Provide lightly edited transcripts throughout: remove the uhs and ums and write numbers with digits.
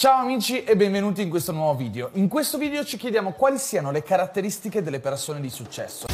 Ciao amici e benvenuti in questo nuovo video. In questo video ci chiediamo quali siano le caratteristiche delle persone di successo.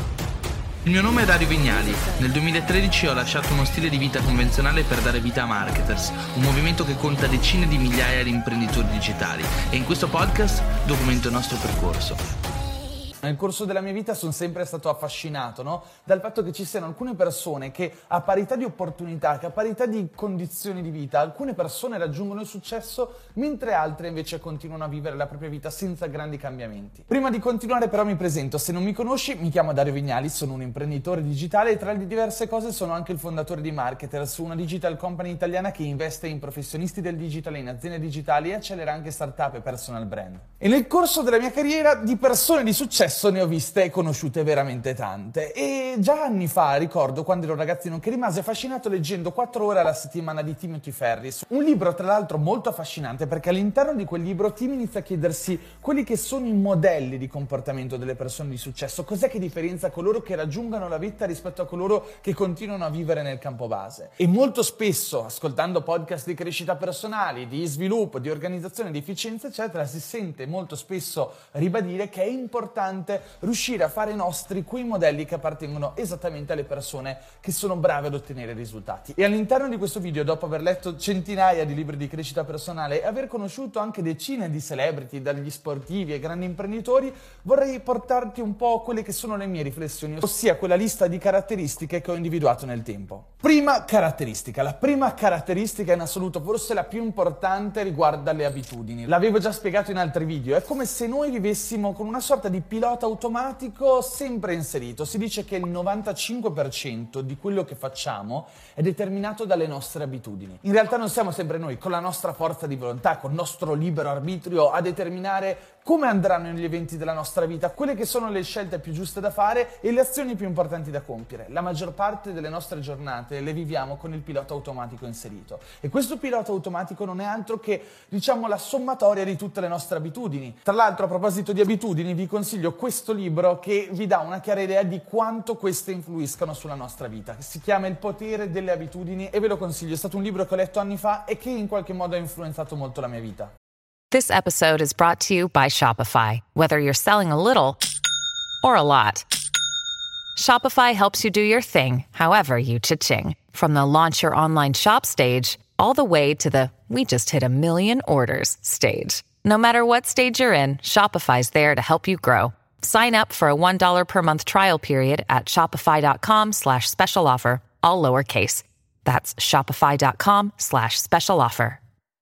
Il mio nome è Dario Vignali. Nel 2013 ho lasciato uno stile di vita convenzionale per dare vita a Marketers, un movimento che conta decine di migliaia di imprenditori digitali, e in questo podcast documento il nostro percorso. Nel corso della mia vita sono sempre stato affascinato, dal fatto che ci siano alcune persone che a parità di opportunità, che a parità di condizioni di vita, alcune persone raggiungono il successo, mentre altre invece continuano a vivere la propria vita senza grandi cambiamenti. Prima di continuare però mi presento, se non mi conosci mi chiamo Dario Vignali, sono un imprenditore digitale e tra le diverse cose sono anche il fondatore di Marketers, una digital company italiana che investe in professionisti del digitale, in aziende digitali e accelera anche startup e personal brand. E nel corso della mia carriera di persone di successo ne ho viste e conosciute veramente tante e già anni fa, ricordo quando ero ragazzino, che rimasi affascinato leggendo 4 ore alla settimana di Timothy Ferriss, un libro tra l'altro molto affascinante perché all'interno di quel libro Tim inizia a chiedersi quelli che sono i modelli di comportamento delle persone di successo, cos'è che differenzia coloro che raggiungano la vetta rispetto a coloro che continuano a vivere nel campo base. E molto spesso, ascoltando podcast di crescita personali, di sviluppo, di organizzazione, di efficienza eccetera, si sente molto spesso ribadire che è importante riuscire a fare nostri quei modelli che appartengono esattamente alle persone che sono brave ad ottenere risultati. E all'interno di questo video, dopo aver letto centinaia di libri di crescita personale e aver conosciuto anche decine di celebrity, dagli sportivi ai grandi imprenditori, vorrei portarti un po' quelle che sono le mie riflessioni, ossia quella lista di caratteristiche che ho individuato nel tempo. Prima caratteristica. La prima caratteristica in assoluto, forse la più importante, riguarda le abitudini. L'avevo già spiegato in altri video, è come se noi vivessimo con una sorta di pilota automatico sempre inserito. Si dice che il 95% di quello che facciamo è determinato dalle nostre abitudini. In realtà non siamo sempre noi, con la nostra forza di volontà, con il nostro libero arbitrio, a determinare come andranno gli eventi della nostra vita, quelle che sono le scelte più giuste da fare e le azioni più importanti da compiere. La maggior parte delle nostre giornate le viviamo con il pilota automatico inserito. E questo pilota automatico non è altro che, la sommatoria di tutte le nostre abitudini. Tra l'altro, a proposito di abitudini, vi consiglio questo libro che vi dà una chiara idea di quanto queste influiscano sulla nostra vita. Si chiama Il potere delle abitudini e ve lo consiglio. È stato un libro che ho letto anni fa e che in qualche modo ha influenzato molto la mia vita. This episode is brought to you by Shopify. Whether you're selling a little or a lot, Shopify helps you do your thing, however you cha-ching. From the launch your online shop stage, all the way to the we just hit 1 million orders stage. No matter what stage you're in, Shopify's there to help you grow. Sign up for a $1 per month trial period at shopify.com/special offer, all lowercase. That's shopify.com/special offer.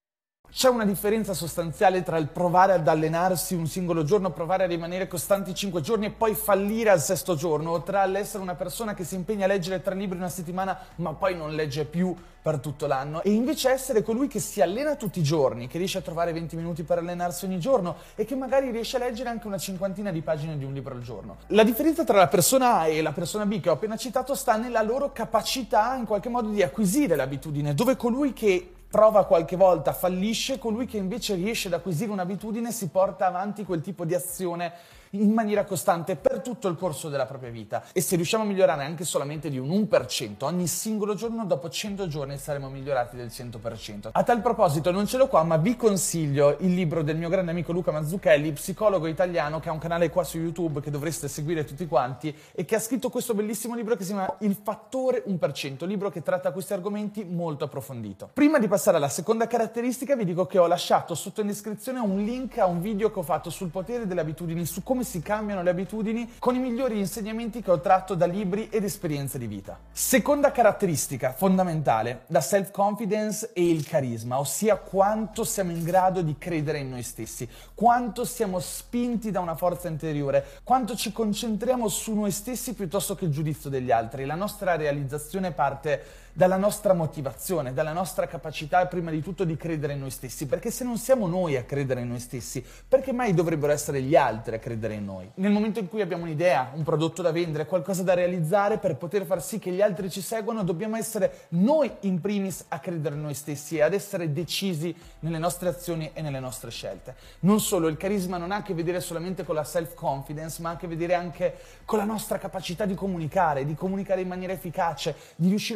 C'è una differenza sostanziale tra il provare ad allenarsi un singolo giorno, provare a rimanere costanti 5 giorni e poi fallire al 6º giorno, o tra l'essere una persona che si impegna a leggere 3 libri in una settimana ma poi non legge più per tutto l'anno, e invece essere colui che si allena tutti i giorni, che riesce a trovare 20 minuti per allenarsi ogni giorno e che magari riesce a leggere anche una 50ina di pagine di un libro al giorno. La differenza tra la persona A e la persona B che ho appena citato sta nella loro capacità in qualche modo di acquisire l'abitudine, dove colui che prova qualche volta, fallisce, colui che invece riesce ad acquisire un'abitudine si porta avanti quel tipo di azione in maniera costante per tutto il corso della propria vita. E se riusciamo a migliorare anche solamente di un 1% ogni singolo giorno, dopo 100 giorni saremo migliorati del 100%. A tal proposito, non ce l'ho qua, ma vi consiglio il libro del mio grande amico Luca Mazzucchelli, psicologo italiano, che ha un canale qua su YouTube che dovreste seguire tutti quanti e che ha scritto questo bellissimo libro che si chiama Il fattore 1%, libro che tratta questi argomenti molto approfondito. Prima di passare alla seconda caratteristica, vi dico che ho lasciato sotto in descrizione un link a un video che ho fatto sul potere delle abitudini, su come si cambiano le abitudini, con i migliori insegnamenti che ho tratto da libri ed esperienze di vita. Seconda caratteristica fondamentale, la self-confidence e il carisma, ossia quanto siamo in grado di credere in noi stessi, quanto siamo spinti da una forza interiore, quanto ci concentriamo su noi stessi piuttosto che il giudizio degli altri. La nostra realizzazione parte dalla nostra motivazione, dalla nostra capacità prima di tutto di credere in noi stessi, perché se non siamo noi a credere in noi stessi, perché mai dovrebbero essere gli altri a credere in noi? Nel momento in cui abbiamo un'idea, un prodotto da vendere, qualcosa da realizzare, per poter far sì che gli altri ci seguano, dobbiamo essere noi in primis a credere in noi stessi e ad essere decisi nelle nostre azioni e nelle nostre scelte. Non solo, il carisma non ha a che vedere solamente con la self-confidence, ma ha a che vedere anche con la nostra capacità di comunicare in maniera efficace, di riuscire ad ottenere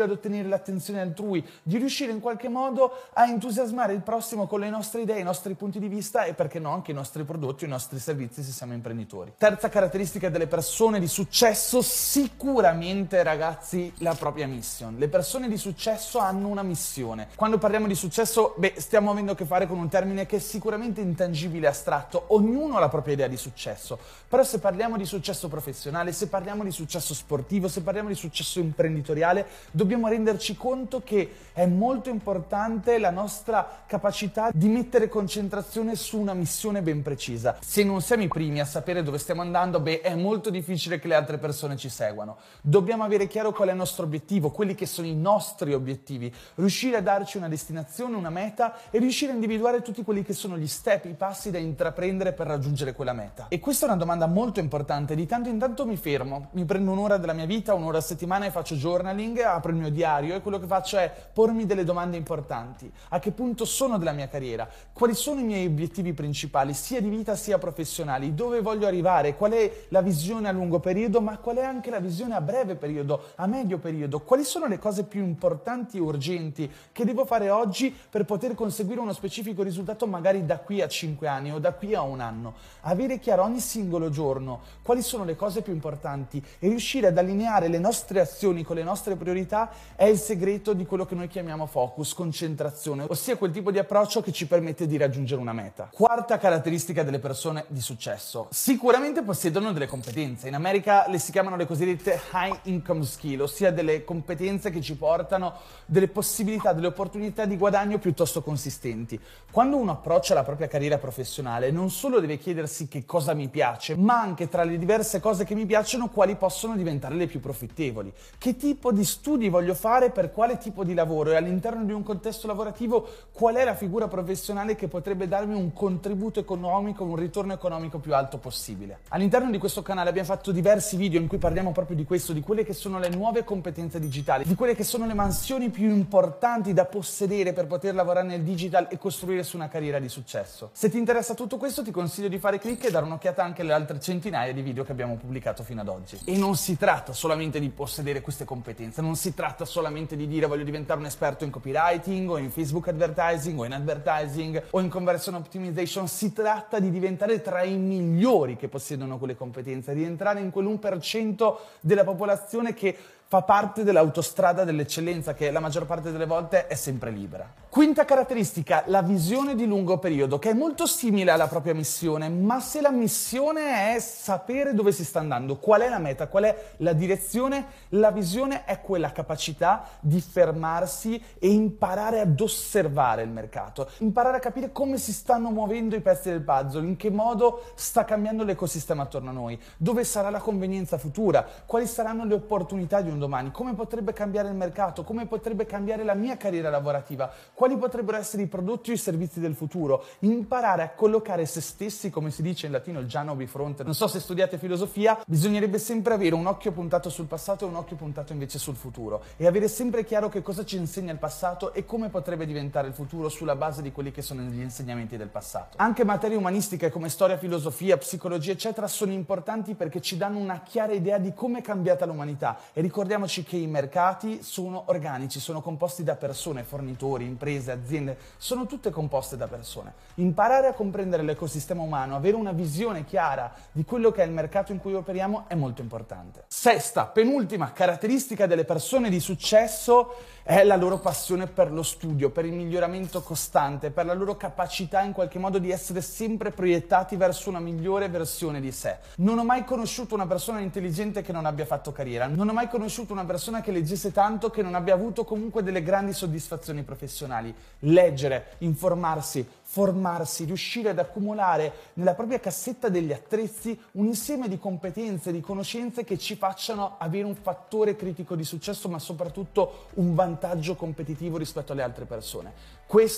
ottenere l'attenzione altrui, di riuscire in qualche modo a entusiasmare il prossimo con le nostre idee, i nostri punti di vista e perché no anche i nostri prodotti o i nostri servizi se siamo imprenditori. Terza caratteristica delle persone di successo, sicuramente ragazzi, la propria mission. Le persone di successo hanno una missione. Quando parliamo di successo, stiamo avendo a che fare con un termine che è sicuramente intangibile e astratto. Ognuno ha la propria idea di successo, però se parliamo di successo professionale, se parliamo di successo sportivo, se parliamo di successo imprenditoriale, dobbiamo renderci conto che è molto importante la nostra capacità di mettere concentrazione su una missione ben precisa. Se non siamo i primi a sapere dove stiamo andando, è molto difficile che le altre persone ci seguano. Dobbiamo avere chiaro qual è il nostro obiettivo, quelli che sono i nostri obiettivi, riuscire a darci una destinazione, una meta e riuscire a individuare tutti quelli che sono gli step, i passi da intraprendere per raggiungere quella meta. E questa è una domanda molto importante. Di tanto in tanto mi fermo, mi prendo un'ora della mia vita, un'ora a settimana e faccio journaling, apro il mio diario e quello che faccio è pormi delle domande importanti. A che punto sono della mia carriera? Quali sono i miei obiettivi principali, sia di vita sia professionali? Dove voglio arrivare? Qual è la visione a lungo periodo, ma qual è anche la visione a breve periodo, a medio periodo? Quali sono le cose più importanti e urgenti che devo fare oggi per poter conseguire uno specifico risultato magari da qui a 5 anni o da qui a un anno? Avere chiaro ogni singolo giorno quali sono le cose più importanti e riuscire ad allineare le nostre azioni con le nostre priorità è il segreto di quello che noi chiamiamo focus, concentrazione, ossia quel tipo di approccio che ci permette di raggiungere una meta. Quarta caratteristica delle persone di successo. Sicuramente possiedono delle competenze. In America le si chiamano le cosiddette high income skill, ossia delle competenze che ci portano delle possibilità, delle opportunità di guadagno piuttosto consistenti. Quando uno approccia la propria carriera professionale non solo deve chiedersi che cosa mi piace, ma anche tra le diverse cose che mi piacciono quali possono diventare le più profittevoli. Che tipo di studi voglio fare per quale tipo di lavoro e all'interno di un contesto lavorativo qual è la figura professionale che potrebbe darmi un contributo economico, un ritorno economico più alto possibile. All'interno di questo canale abbiamo fatto diversi video in cui parliamo proprio di questo, di quelle che sono le nuove competenze digitali, di quelle che sono le mansioni più importanti da possedere per poter lavorare nel digital e costruire su una carriera di successo. Se ti interessa tutto questo ti consiglio di fare click e dare un'occhiata anche alle altre centinaia di video che abbiamo pubblicato fino ad oggi. E non si tratta solamente di possedere queste competenze, non si tratta solamente di dire voglio diventare un esperto in copywriting o in Facebook advertising o in advertising o in conversion optimization, si tratta di diventare tra i migliori che possiedono quelle competenze, di entrare in quell'1% della popolazione che fa parte dell'autostrada dell'eccellenza che la maggior parte delle volte è sempre libera. Quinta caratteristica, la visione di lungo periodo, che è molto simile alla propria missione, ma se la missione è sapere dove si sta andando, qual è la meta, qual è la direzione, la visione è quella capacità di fermarsi e imparare ad osservare il mercato, imparare a capire come si stanno muovendo i pezzi del puzzle, in che modo sta cambiando l'ecosistema attorno a noi, dove sarà la convenienza futura, quali saranno le opportunità di un domani, come potrebbe cambiare il mercato, come potrebbe cambiare la mia carriera lavorativa, quali potrebbero essere i prodotti o i servizi del futuro, imparare a collocare se stessi, come si dice in latino il già bifronte. Non so se studiate filosofia, bisognerebbe sempre avere un occhio puntato sul passato e un occhio puntato invece sul futuro e avere sempre chiaro che cosa ci insegna il passato e come potrebbe diventare il futuro sulla base di quelli che sono gli insegnamenti del passato. Anche materie umanistiche come storia, filosofia, psicologia eccetera sono importanti perché ci danno una chiara idea di come è cambiata l'umanità e ricordiamoci che i mercati sono organici, sono composti da persone, fornitori, imprese, aziende, sono tutte composte da persone. Imparare a comprendere l'ecosistema umano, avere una visione chiara di quello che è il mercato in cui operiamo è molto importante. Sesta, penultima caratteristica delle persone di successo è la loro passione per lo studio, per il miglioramento costante, per la loro capacità in qualche modo di essere sempre proiettati verso una migliore versione di sé. Non ho mai conosciuto una persona intelligente che non abbia fatto carriera, non ho mai conosciuto una persona che leggesse tanto che non abbia avuto comunque delle grandi soddisfazioni professionali. Leggere, informarsi, formarsi, riuscire ad accumulare nella propria cassetta degli attrezzi un insieme di competenze, di conoscenze che ci facciano avere un fattore critico di successo, ma soprattutto un vantaggio competitivo rispetto alle altre persone. Questo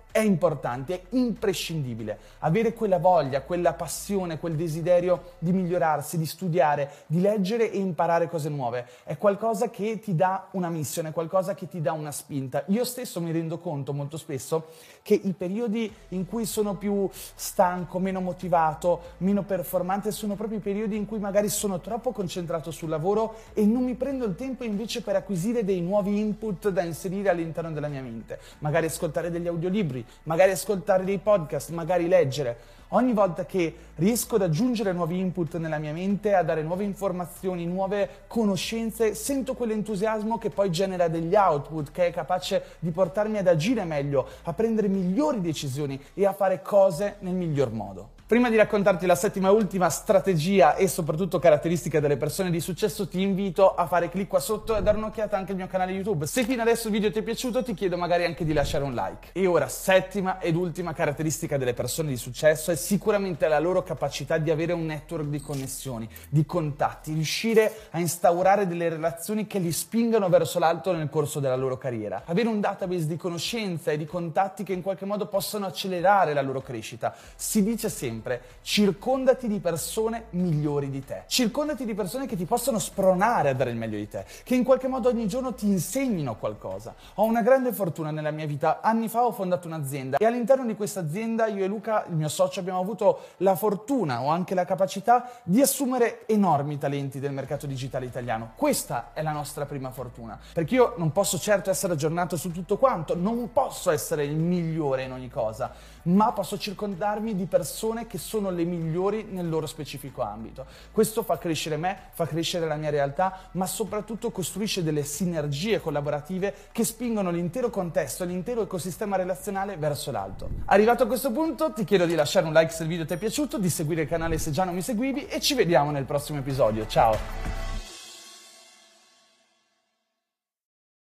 è importante, è imprescindibile. Avere quella voglia, quella passione, quel desiderio di migliorarsi, di studiare, di leggere e imparare cose nuove. È qualcosa che ti dà una missione, qualcosa che ti dà una spinta. Io stesso mi rendo conto molto spesso che i periodi in cui sono più stanco, meno motivato, meno performante, sono proprio i periodi in cui magari sono troppo concentrato sul lavoro e non mi prendo il tempo invece per acquisire dei nuovi input da inserire all'interno della mia mente. Magari ascoltare degli audiolibri, magari ascoltare dei podcast, magari leggere. Ogni volta che riesco ad aggiungere nuovi input nella mia mente, a dare nuove informazioni, nuove conoscenze, sento quell'entusiasmo che poi genera degli output, che è capace di portarmi ad agire meglio, a prendere migliori decisioni e a fare cose nel miglior modo. Prima di raccontarti la settima e ultima strategia e soprattutto caratteristica delle persone di successo, ti invito a fare clic qua sotto e a dare un'occhiata anche al mio canale YouTube. Se fino adesso il video ti è piaciuto, ti chiedo magari anche di lasciare un like. E ora, settima ed ultima caratteristica delle persone di successo è sicuramente la loro capacità di avere un network di connessioni, di contatti, riuscire a instaurare delle relazioni che li spingano verso l'alto nel corso della loro carriera. Avere un database di conoscenza e di contatti che in qualche modo possano accelerare la loro crescita. Si dice sempre: circondati di persone migliori di te. Circondati di persone che ti possono spronare a dare il meglio di te, che in qualche modo ogni giorno ti insegnino qualcosa. Ho una grande fortuna nella mia vita. Anni fa ho fondato un'azienda e all'interno di questa azienda io e Luca, il mio socio, abbiamo avuto la fortuna o anche la capacità di assumere enormi talenti del mercato digitale italiano. Questa è la nostra prima fortuna, perché io non posso certo essere aggiornato su tutto quanto, non posso essere il migliore in ogni cosa, ma posso circondarmi di persone che sono le migliori nel loro specifico ambito. Questo fa crescere me, fa crescere la mia realtà, ma soprattutto costruisce delle sinergie collaborative che spingono l'intero contesto, l'intero ecosistema relazionale verso l'alto. Arrivato a questo punto, ti chiedo di lasciare un like se il video ti è piaciuto, di seguire il canale se già non mi seguivi e ci vediamo nel prossimo episodio. Ciao!